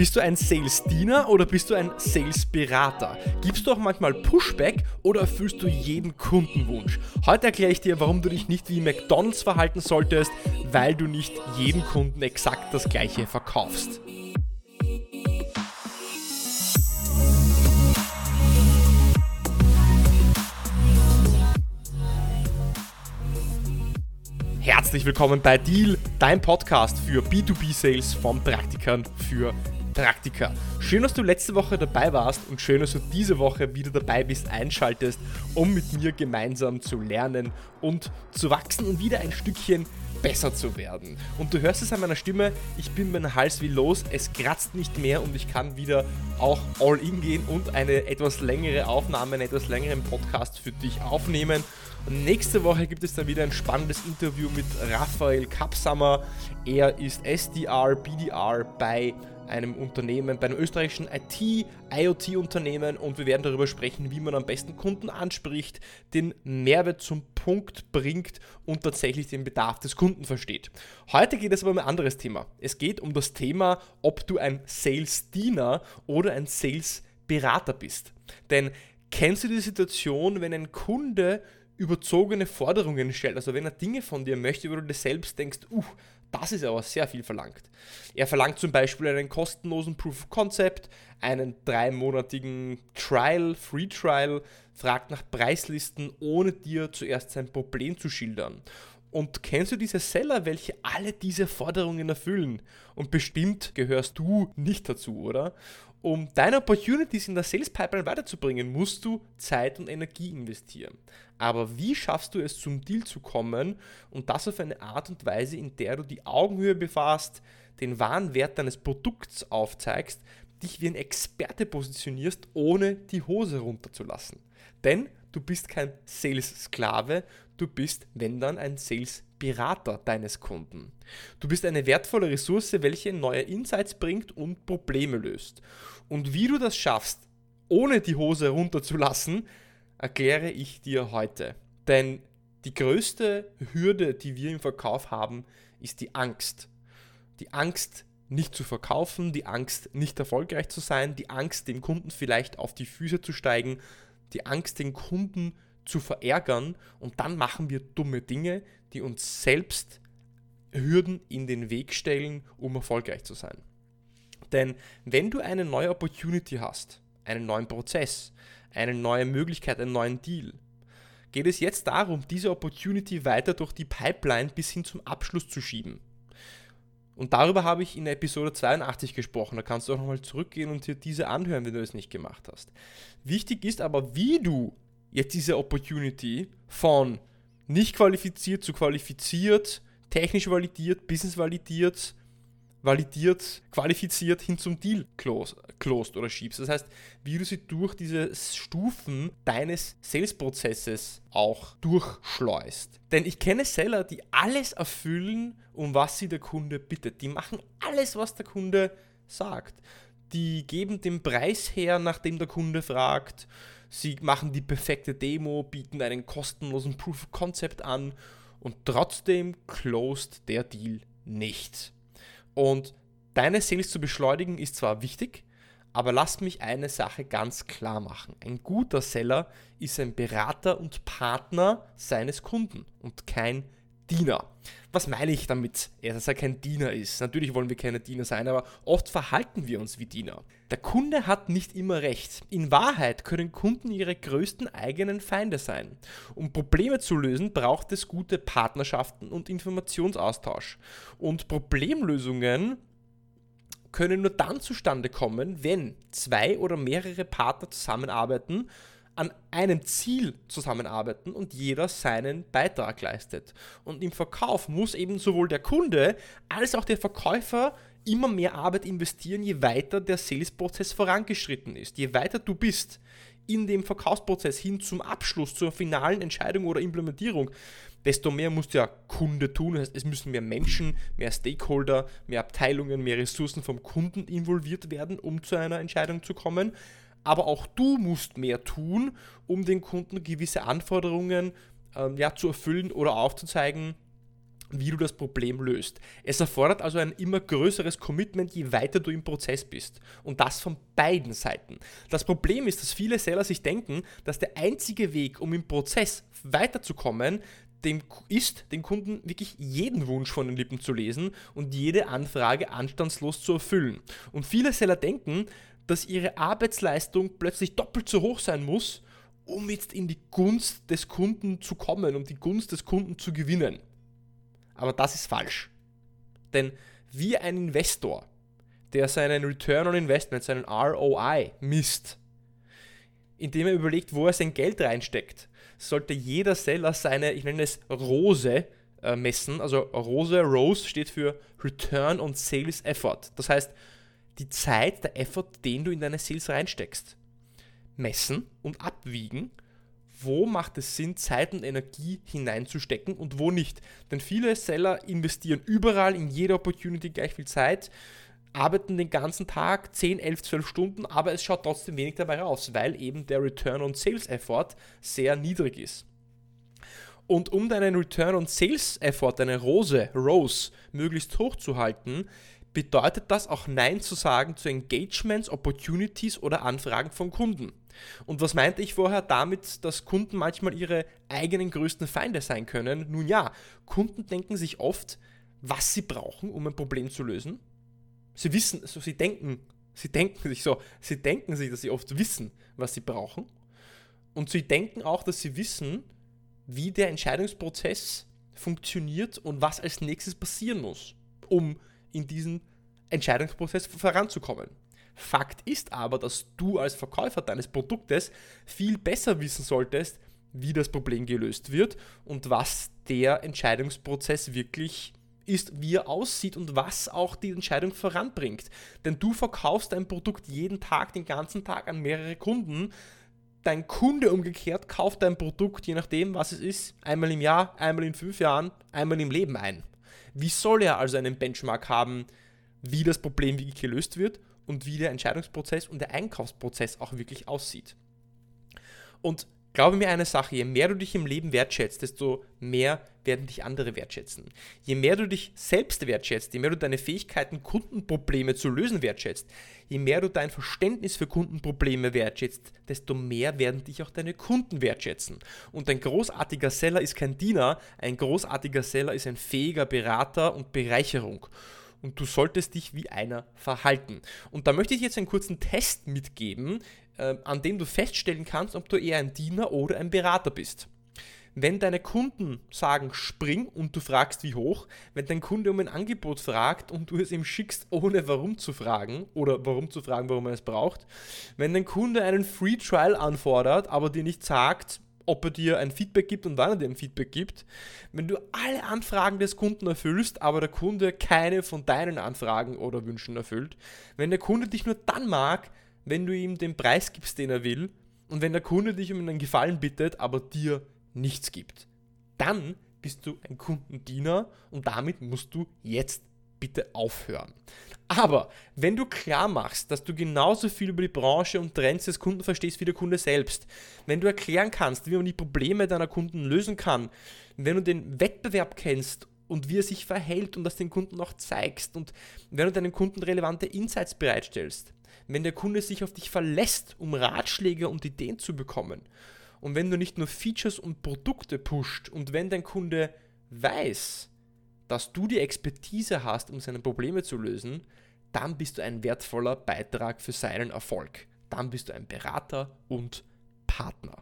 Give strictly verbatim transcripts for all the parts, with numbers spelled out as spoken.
Bist du ein Sales-Diener oder bist du ein Sales-Berater? Gibst du auch manchmal Pushback oder erfüllst du jeden Kundenwunsch? Heute erkläre ich dir, warum du dich nicht wie McDonald's verhalten solltest, weil du nicht jedem Kunden exakt das Gleiche verkaufst. Herzlich willkommen bei Deal, dein Podcast für B zwei B Sales von Praktikern für Praktiker. Schön, dass du letzte Woche dabei warst und schön, dass du diese Woche wieder dabei bist, einschaltest, um mit mir gemeinsam zu lernen und zu wachsen und wieder ein Stückchen besser zu werden. Und du hörst es an meiner Stimme, ich bin mein Hals wie los, es kratzt nicht mehr und ich kann wieder auch all in gehen und eine etwas längere Aufnahme, einen etwas längeren Podcast für dich aufnehmen. Und nächste Woche gibt es dann wieder ein spannendes Interview mit Raphael Kapsamer. Er ist S D R, B D R bei einem Unternehmen, bei einem österreichischen I T, I O T-Unternehmen und wir werden darüber sprechen, wie man am besten Kunden anspricht, den Mehrwert zum Punkt bringt und tatsächlich den Bedarf des Kunden versteht. Heute geht es aber um ein anderes Thema. Es geht um das Thema, ob du ein Sales-Diener oder ein Sales-Berater bist. Denn kennst du die Situation, wenn ein Kunde überzogene Forderungen stellt, also wenn er Dinge von dir möchte, wo du dir selbst denkst, uh, das ist aber sehr viel verlangt. Er verlangt zum Beispiel einen kostenlosen Proof of Concept, einen dreimonatigen Trial, Free Trial, fragt nach Preislisten, ohne dir zuerst sein Problem zu schildern. Und kennst du diese Seller, welche alle diese Forderungen erfüllen? Und bestimmt gehörst du nicht dazu, oder? Um deine Opportunities in der Sales Pipeline weiterzubringen, musst du Zeit und Energie investieren. Aber wie schaffst du es, zum Deal zu kommen und das auf eine Art und Weise, in der du die Augenhöhe bewahrst, den wahren Wert deines Produkts aufzeigst, dich wie ein Experte positionierst, ohne die Hose runterzulassen? Denn du bist kein Sales-Sklave, du bist, wenn dann, ein Sales-Berater deines Kunden. Du bist eine wertvolle Ressource, welche neue Insights bringt und Probleme löst. Und wie du das schaffst, ohne die Hose runterzulassen, erkläre ich dir heute. Denn die größte Hürde, die wir im Verkauf haben, ist die Angst. Die Angst, nicht zu verkaufen, die Angst, nicht erfolgreich zu sein, die Angst, dem Kunden vielleicht auf die Füße zu steigen, die Angst, den Kunden zu verärgern, und dann machen wir dumme Dinge, die uns selbst Hürden in den Weg stellen, um erfolgreich zu sein. Denn wenn du eine neue Opportunity hast, einen neuen Prozess, eine neue Möglichkeit, einen neuen Deal, geht es jetzt darum, diese Opportunity weiter durch die Pipeline bis hin zum Abschluss zu schieben. Und darüber habe ich in der Episode zweiundachtzig gesprochen. Da kannst du auch nochmal zurückgehen und dir diese anhören, wenn du es nicht gemacht hast. Wichtig ist aber, wie du jetzt diese Opportunity von nicht qualifiziert zu qualifiziert, technisch validiert, business validiert, validiert, qualifiziert hin zum Deal closed oder schiebst. Das heißt, wie du sie durch diese Stufen deines Sales-Prozesses auch durchschleust. Denn ich kenne Seller, die alles erfüllen, um was sie der Kunde bittet. Die machen alles, was der Kunde sagt. Die geben den Preis her, nachdem der Kunde fragt. Sie machen die perfekte Demo, bieten einen kostenlosen Proof of Concept an und trotzdem closed der Deal nicht. Und deine Sales zu beschleunigen ist zwar wichtig, aber lass mich eine Sache ganz klar machen. Ein guter Seller ist ein Berater und Partner seines Kunden und kein Diener. Was meine ich damit, dass er kein Diener ist? Natürlich wollen wir keine Diener sein, aber oft verhalten wir uns wie Diener. Der Kunde hat nicht immer recht. In Wahrheit können Kunden ihre größten eigenen Feinde sein. Um Probleme zu lösen, braucht es gute Partnerschaften und Informationsaustausch. Und Problemlösungen können nur dann zustande kommen, wenn zwei oder mehrere Partner zusammenarbeiten, an einem Ziel zusammenarbeiten und jeder seinen Beitrag leistet. Und im Verkauf muss eben sowohl der Kunde als auch der Verkäufer immer mehr Arbeit investieren, je weiter der Sales-Prozess vorangeschritten ist. Je weiter du bist in dem Verkaufsprozess hin zum Abschluss, zur finalen Entscheidung oder Implementierung, desto mehr muss der Kunde tun. Das heißt, es müssen mehr Menschen, mehr Stakeholder, mehr Abteilungen, mehr Ressourcen vom Kunden involviert werden, um zu einer Entscheidung zu kommen. Aber auch du musst mehr tun, um den Kunden gewisse Anforderungen ähm, ja, zu erfüllen oder aufzuzeigen, wie du das Problem löst. Es erfordert also ein immer größeres Commitment, je weiter du im Prozess bist. Und das von beiden Seiten. Das Problem ist, dass viele Seller sich denken, dass der einzige Weg, um im Prozess weiterzukommen, dem ist, den Kunden wirklich jeden Wunsch von den Lippen zu lesen und jede Anfrage anstandslos zu erfüllen. Und viele Seller denken, dass ihre Arbeitsleistung plötzlich doppelt so hoch sein muss, um jetzt in die Gunst des Kunden zu kommen, um die Gunst des Kunden zu gewinnen. Aber das ist falsch. Denn wie ein Investor, der seinen Return on Investment, seinen R O I misst, indem er überlegt, wo er sein Geld reinsteckt, sollte jeder Seller seine, ich nenne es Rose, äh, messen. Also Rose, Rose steht für Return on Sales Effort. Das heißt, die Zeit, der Effort, den du in deine Sales reinsteckst. Messen und abwiegen, wo macht es Sinn, Zeit und Energie hineinzustecken und wo nicht. Denn viele Seller investieren überall in jeder Opportunity gleich viel Zeit, arbeiten den ganzen Tag zehn, elf, zwölf Stunden, aber es schaut trotzdem wenig dabei raus, weil eben der Return on Sales Effort sehr niedrig ist. Und um deinen Return on Sales Effort, deine Rose, Rose, möglichst hoch zu halten, bedeutet das auch Nein zu sagen zu Engagements, Opportunities oder Anfragen von Kunden. Und was meinte ich vorher damit, dass Kunden manchmal ihre eigenen größten Feinde sein können? Nun ja, Kunden denken sich oft, was sie brauchen, um ein Problem zu lösen. Sie wissen, also sie denken, sie denken sich so, sie denken sich, dass sie oft wissen, was sie brauchen. Und sie denken auch, dass sie wissen, wie der Entscheidungsprozess funktioniert und was als nächstes passieren muss, um in diesen Entscheidungsprozess voranzukommen. Fakt ist aber, dass du als Verkäufer deines Produktes viel besser wissen solltest, wie das Problem gelöst wird und was der Entscheidungsprozess wirklich ist, wie er aussieht und was auch die Entscheidung voranbringt. Denn du verkaufst dein Produkt jeden Tag, den ganzen Tag an mehrere Kunden. Dein Kunde umgekehrt kauft dein Produkt, je nachdem, was es ist, einmal im Jahr, einmal in fünf Jahren, einmal im Leben ein. Wie soll er also einen Benchmark haben, wie das Problem wirklich gelöst wird und wie der Entscheidungsprozess und der Einkaufsprozess auch wirklich aussieht? Und glaube mir eine Sache, je mehr du dich im Leben wertschätzt, desto mehr werden dich andere wertschätzen. Je mehr du dich selbst wertschätzt, je mehr du deine Fähigkeiten, Kundenprobleme zu lösen wertschätzt, je mehr du dein Verständnis für Kundenprobleme wertschätzt, desto mehr werden dich auch deine Kunden wertschätzen. Und ein großartiger Seller ist kein Diener, ein großartiger Seller ist ein fähiger Berater und Bereicherung. Und du solltest dich wie einer verhalten. Und da möchte ich jetzt einen kurzen Test mitgeben, äh, an dem du feststellen kannst, ob du eher ein Diener oder ein Berater bist. Wenn deine Kunden sagen, spring und du fragst, wie hoch, wenn dein Kunde um ein Angebot fragt und du es ihm schickst, ohne warum zu fragen oder warum zu fragen, warum er es braucht, wenn dein Kunde einen Free Trial anfordert, aber dir nicht sagt, ob er dir ein Feedback gibt und wann er dir ein Feedback gibt, wenn du alle Anfragen des Kunden erfüllst, aber der Kunde keine von deinen Anfragen oder Wünschen erfüllt, wenn der Kunde dich nur dann mag, wenn du ihm den Preis gibst, den er will, und wenn der Kunde dich um einen Gefallen bittet, aber dir nichts gibt, dann bist du ein Kundendiener und damit musst du jetzt bitte aufhören. Aber wenn du klar machst, dass du genauso viel über die Branche und Trends des Kunden verstehst wie der Kunde selbst, wenn du erklären kannst, wie man die Probleme deiner Kunden lösen kann, wenn du den Wettbewerb kennst und wie er sich verhält und das den Kunden auch zeigst und wenn du deinen Kunden relevante Insights bereitstellst, wenn der Kunde sich auf dich verlässt, um Ratschläge und Ideen zu bekommen und wenn du nicht nur Features und Produkte pusht und wenn dein Kunde weiß, dass du die Expertise hast, um seine Probleme zu lösen, dann bist du ein wertvoller Beitrag für seinen Erfolg. Dann bist du ein Berater und Partner.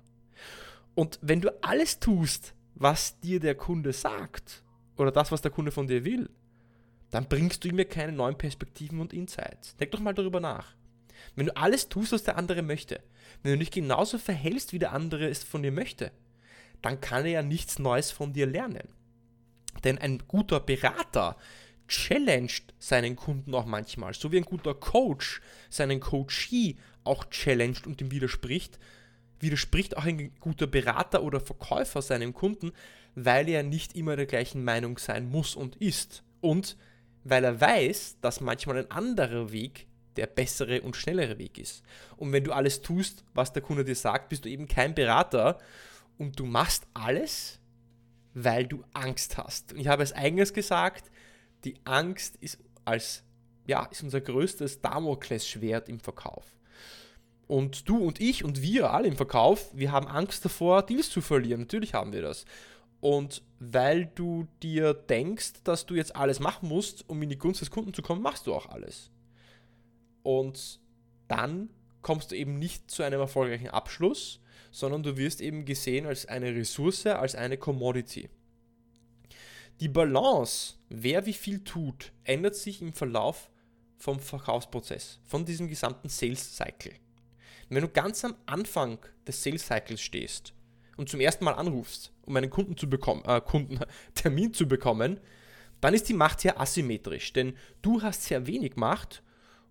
Und wenn du alles tust, was dir der Kunde sagt oder das, was der Kunde von dir will, dann bringst du ihm ja keine neuen Perspektiven und Insights. Denk doch mal darüber nach. Wenn du alles tust, was der andere möchte, wenn du dich genauso verhältst, wie der andere es von dir möchte, dann kann er ja nichts Neues von dir lernen. Denn ein guter Berater challenged seinen Kunden auch manchmal, so wie ein guter Coach seinen Coachee auch challenged und ihm widerspricht, widerspricht auch ein guter Berater oder Verkäufer seinem Kunden, weil er nicht immer der gleichen Meinung sein muss und ist. Und weil er weiß, dass manchmal ein anderer Weg der bessere und schnellere Weg ist. Und wenn du alles tust, was der Kunde dir sagt, bist du eben kein Berater und du machst alles, weil du Angst hast. Und ich habe es eingangs gesagt, die Angst ist, als, ja, ist unser größtes Damoklesschwert im Verkauf. Und du und ich und wir alle im Verkauf, wir haben Angst davor, Deals zu verlieren. Natürlich haben wir das. Und weil du dir denkst, dass du jetzt alles machen musst, um in die Gunst des Kunden zu kommen, machst du auch alles. Und dann kommst du eben nicht zu einem erfolgreichen Abschluss, sondern du wirst eben gesehen als eine Ressource, als eine Commodity. Die Balance, wer wie viel tut, ändert sich im Verlauf vom Verkaufsprozess, von diesem gesamten Sales Cycle. Wenn du ganz am Anfang des Sales Cycles stehst und zum ersten Mal anrufst, um einen Kunden zu bekommen, äh, Kundentermin zu bekommen, dann ist die Macht sehr asymmetrisch, denn du hast sehr wenig Macht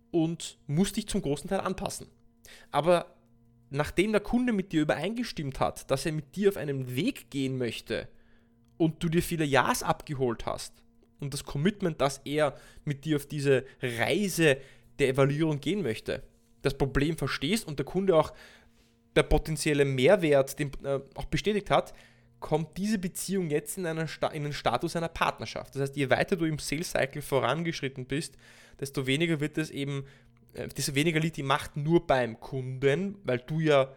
und musst dich zum großen Teil anpassen. Aber nachdem der Kunde mit dir übereingestimmt hat, dass er mit dir auf einen Weg gehen möchte und du dir viele Ja's abgeholt hast und das Commitment, dass er mit dir auf diese Reise der Evaluierung gehen möchte, das Problem verstehst und der Kunde auch der potenzielle Mehrwert den, äh, auch bestätigt hat, kommt diese Beziehung jetzt in, einer Sta- in den Status einer Partnerschaft. Das heißt, je weiter du im Sales Cycle vorangeschritten bist, desto weniger wird es eben, äh, desto weniger liegt die Macht nur beim Kunden, weil du ja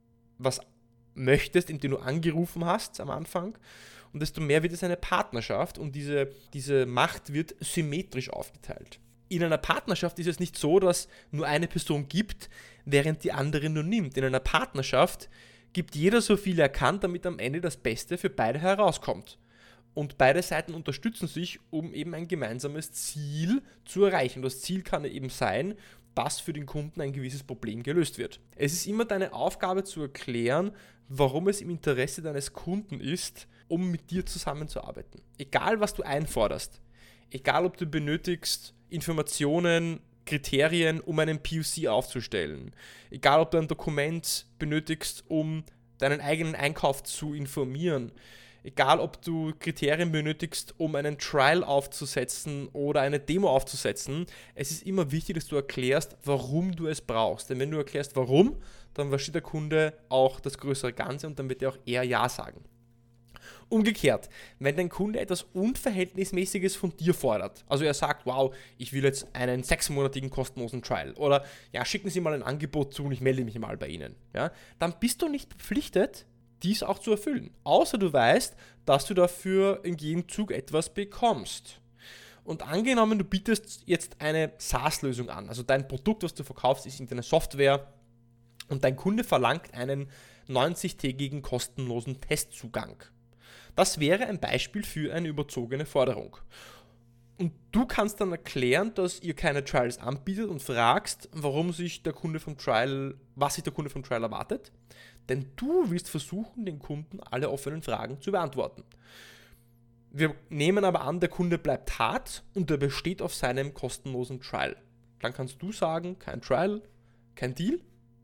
was möchtest, indem du angerufen hast am Anfang, und desto mehr wird es eine Partnerschaft und diese, diese Macht wird symmetrisch aufgeteilt. In einer Partnerschaft ist es nicht so, dass nur eine Person gibt, während die andere nur nimmt. In einer Partnerschaft gibt jeder so viel er kann, damit am Ende das Beste für beide herauskommt. Und beide Seiten unterstützen sich, um eben ein gemeinsames Ziel zu erreichen. Das Ziel kann eben sein, dass für den Kunden ein gewisses Problem gelöst wird. Es ist immer deine Aufgabe zu erklären, warum es im Interesse deines Kunden ist, um mit dir zusammenzuarbeiten. Egal, was du einforderst. Egal, ob du benötigst Informationen, Kriterien, um einen P O C aufzustellen. Egal, ob du ein Dokument benötigst, um deinen eigenen Einkauf zu informieren. Egal, ob du Kriterien benötigst, um einen Trial aufzusetzen oder eine Demo aufzusetzen. Es ist immer wichtig, dass du erklärst, warum du es brauchst. Denn wenn du erklärst, warum, dann versteht der Kunde auch das größere Ganze und dann wird er auch eher Ja sagen. Umgekehrt, wenn dein Kunde etwas Unverhältnismäßiges von dir fordert, also er sagt, wow, ich will jetzt einen sechsmonatigen kostenlosen Trial oder ja, schicken Sie mal ein Angebot zu und ich melde mich mal bei Ihnen, ja, dann bist du nicht verpflichtet, dies auch zu erfüllen, außer du weißt, dass du dafür im Gegenzug etwas bekommst. Und angenommen, du bietest jetzt eine SaaS-Lösung an, also dein Produkt, was du verkaufst, ist irgendeine Software und dein Kunde verlangt einen neunzig-tägigen kostenlosen Testzugang. Das wäre ein Beispiel für eine überzogene Forderung. Und du kannst dann erklären, dass ihr keine Trials anbietet und fragst, warum sich der Kunde vom Trial, was sich der Kunde vom Trial erwartet. Denn du willst versuchen, den Kunden alle offenen Fragen zu beantworten. Wir nehmen aber an, der Kunde bleibt hart und er besteht auf seinem kostenlosen Trial. Dann kannst du sagen, kein Trial, kein Deal.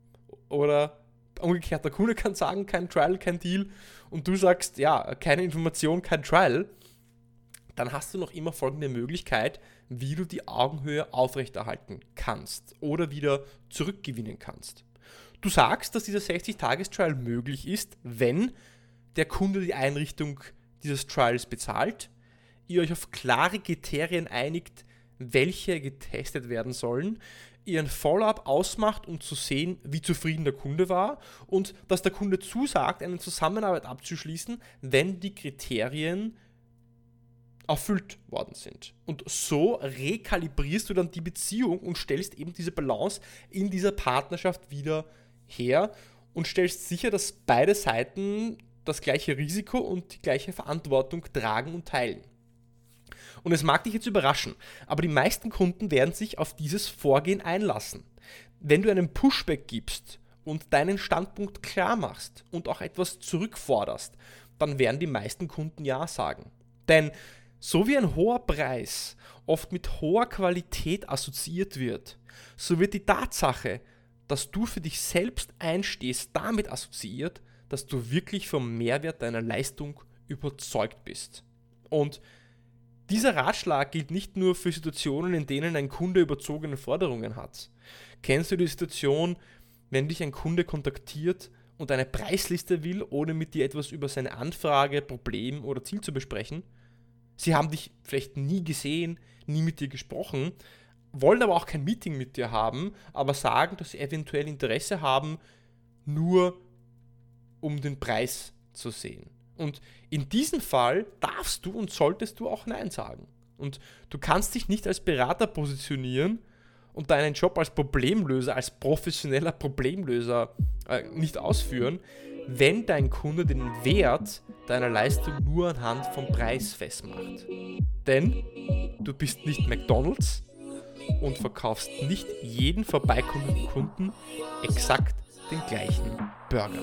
Oder umgekehrt, der Kunde kann sagen, kein Trial, kein Deal. Und du sagst, ja, keine Information, kein Trial. Dann hast du noch immer folgende Möglichkeit, wie du die Augenhöhe aufrechterhalten kannst oder wieder zurückgewinnen kannst. Du sagst, dass dieser sechzig-Tages-Trial möglich ist, wenn der Kunde die Einrichtung dieses Trials bezahlt, ihr euch auf klare Kriterien einigt, welche getestet werden sollen, ihr ein Follow-up ausmacht, um zu sehen, wie zufrieden der Kunde war und dass der Kunde zusagt, eine Zusammenarbeit abzuschließen, wenn die Kriterien erfüllt worden sind. Und so rekalibrierst du dann die Beziehung und stellst eben diese Balance in dieser Partnerschaft wieder her und stellst sicher, dass beide Seiten das gleiche Risiko und die gleiche Verantwortung tragen und teilen. Und es mag dich jetzt überraschen, aber die meisten Kunden werden sich auf dieses Vorgehen einlassen. Wenn du einen Pushback gibst und deinen Standpunkt klar machst und auch etwas zurückforderst, dann werden die meisten Kunden Ja sagen. Denn so wie ein hoher Preis oft mit hoher Qualität assoziiert wird, so wird die Tatsache, dass du für dich selbst einstehst, damit assoziiert, dass du wirklich vom Mehrwert deiner Leistung überzeugt bist. Und dieser Ratschlag gilt nicht nur für Situationen, in denen ein Kunde überzogene Forderungen hat. Kennst du die Situation, wenn dich ein Kunde kontaktiert und eine Preisliste will, ohne mit dir etwas über seine Anfrage, Problem oder Ziel zu besprechen. Sie haben dich vielleicht nie gesehen, nie mit dir gesprochen, wollen aber auch kein Meeting mit dir haben, aber sagen, dass sie eventuell Interesse haben, nur um den Preis zu sehen. Und in diesem Fall darfst du und solltest du auch Nein sagen. Und du kannst dich nicht als Berater positionieren und deinen Job als Problemlöser, als professioneller Problemlöser äh, nicht ausführen, wenn dein Kunde den Wert deiner Leistung nur anhand vom Preis festmacht. Denn du bist nicht McDonald's und verkaufst nicht jeden vorbeikommenden Kunden exakt den gleichen Burger.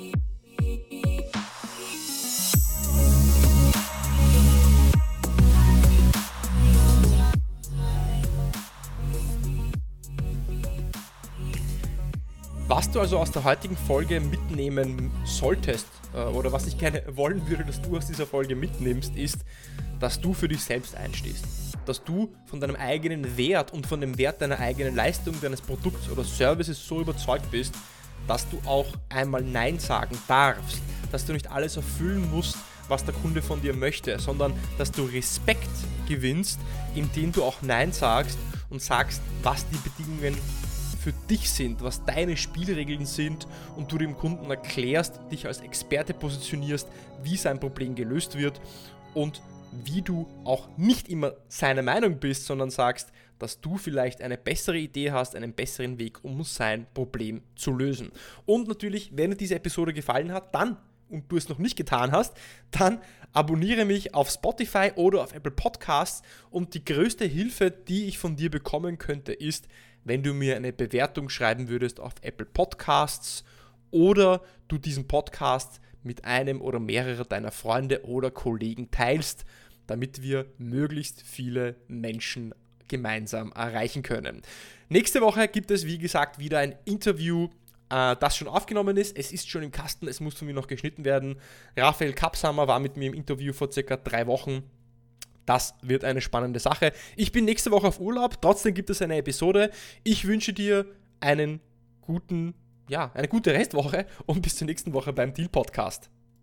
Was du also aus der heutigen Folge mitnehmen solltest äh, oder was ich gerne wollen würde, dass du aus dieser Folge mitnimmst, ist, dass du für dich selbst einstehst. Dass du von deinem eigenen Wert und von dem Wert deiner eigenen Leistung, deines Produkts oder Services so überzeugt bist, dass du auch einmal Nein sagen darfst. Dass du nicht alles erfüllen musst, was der Kunde von dir möchte, sondern dass du Respekt gewinnst, indem du auch Nein sagst und sagst, was die Bedingungen für dich sind, was deine Spielregeln sind und du dem Kunden erklärst, dich als Experte positionierst, wie sein Problem gelöst wird und wie du auch nicht immer seine Meinung bist, sondern sagst, dass du vielleicht eine bessere Idee hast, einen besseren Weg, um sein Problem zu lösen. Und natürlich, wenn dir diese Episode gefallen hat, dann, und du es noch nicht getan hast, dann abonniere mich auf Spotify oder auf Apple Podcasts und die größte Hilfe, die ich von dir bekommen könnte, ist, wenn du mir eine Bewertung schreiben würdest auf Apple Podcasts oder du diesen Podcast mit einem oder mehreren deiner Freunde oder Kollegen teilst, damit wir möglichst viele Menschen gemeinsam erreichen können. Nächste Woche gibt es, wie gesagt, wieder ein Interview, äh, das schon aufgenommen ist. Es ist schon im Kasten, es muss von mir noch geschnitten werden. Raphael Kapsamer war mit mir im Interview vor circa drei Wochen. Das wird eine spannende Sache. Ich bin nächste Woche auf Urlaub, trotzdem gibt es eine Episode. Ich wünsche dir einen guten, ja, eine gute Restwoche und bis zur nächsten Woche beim Deal Podcast.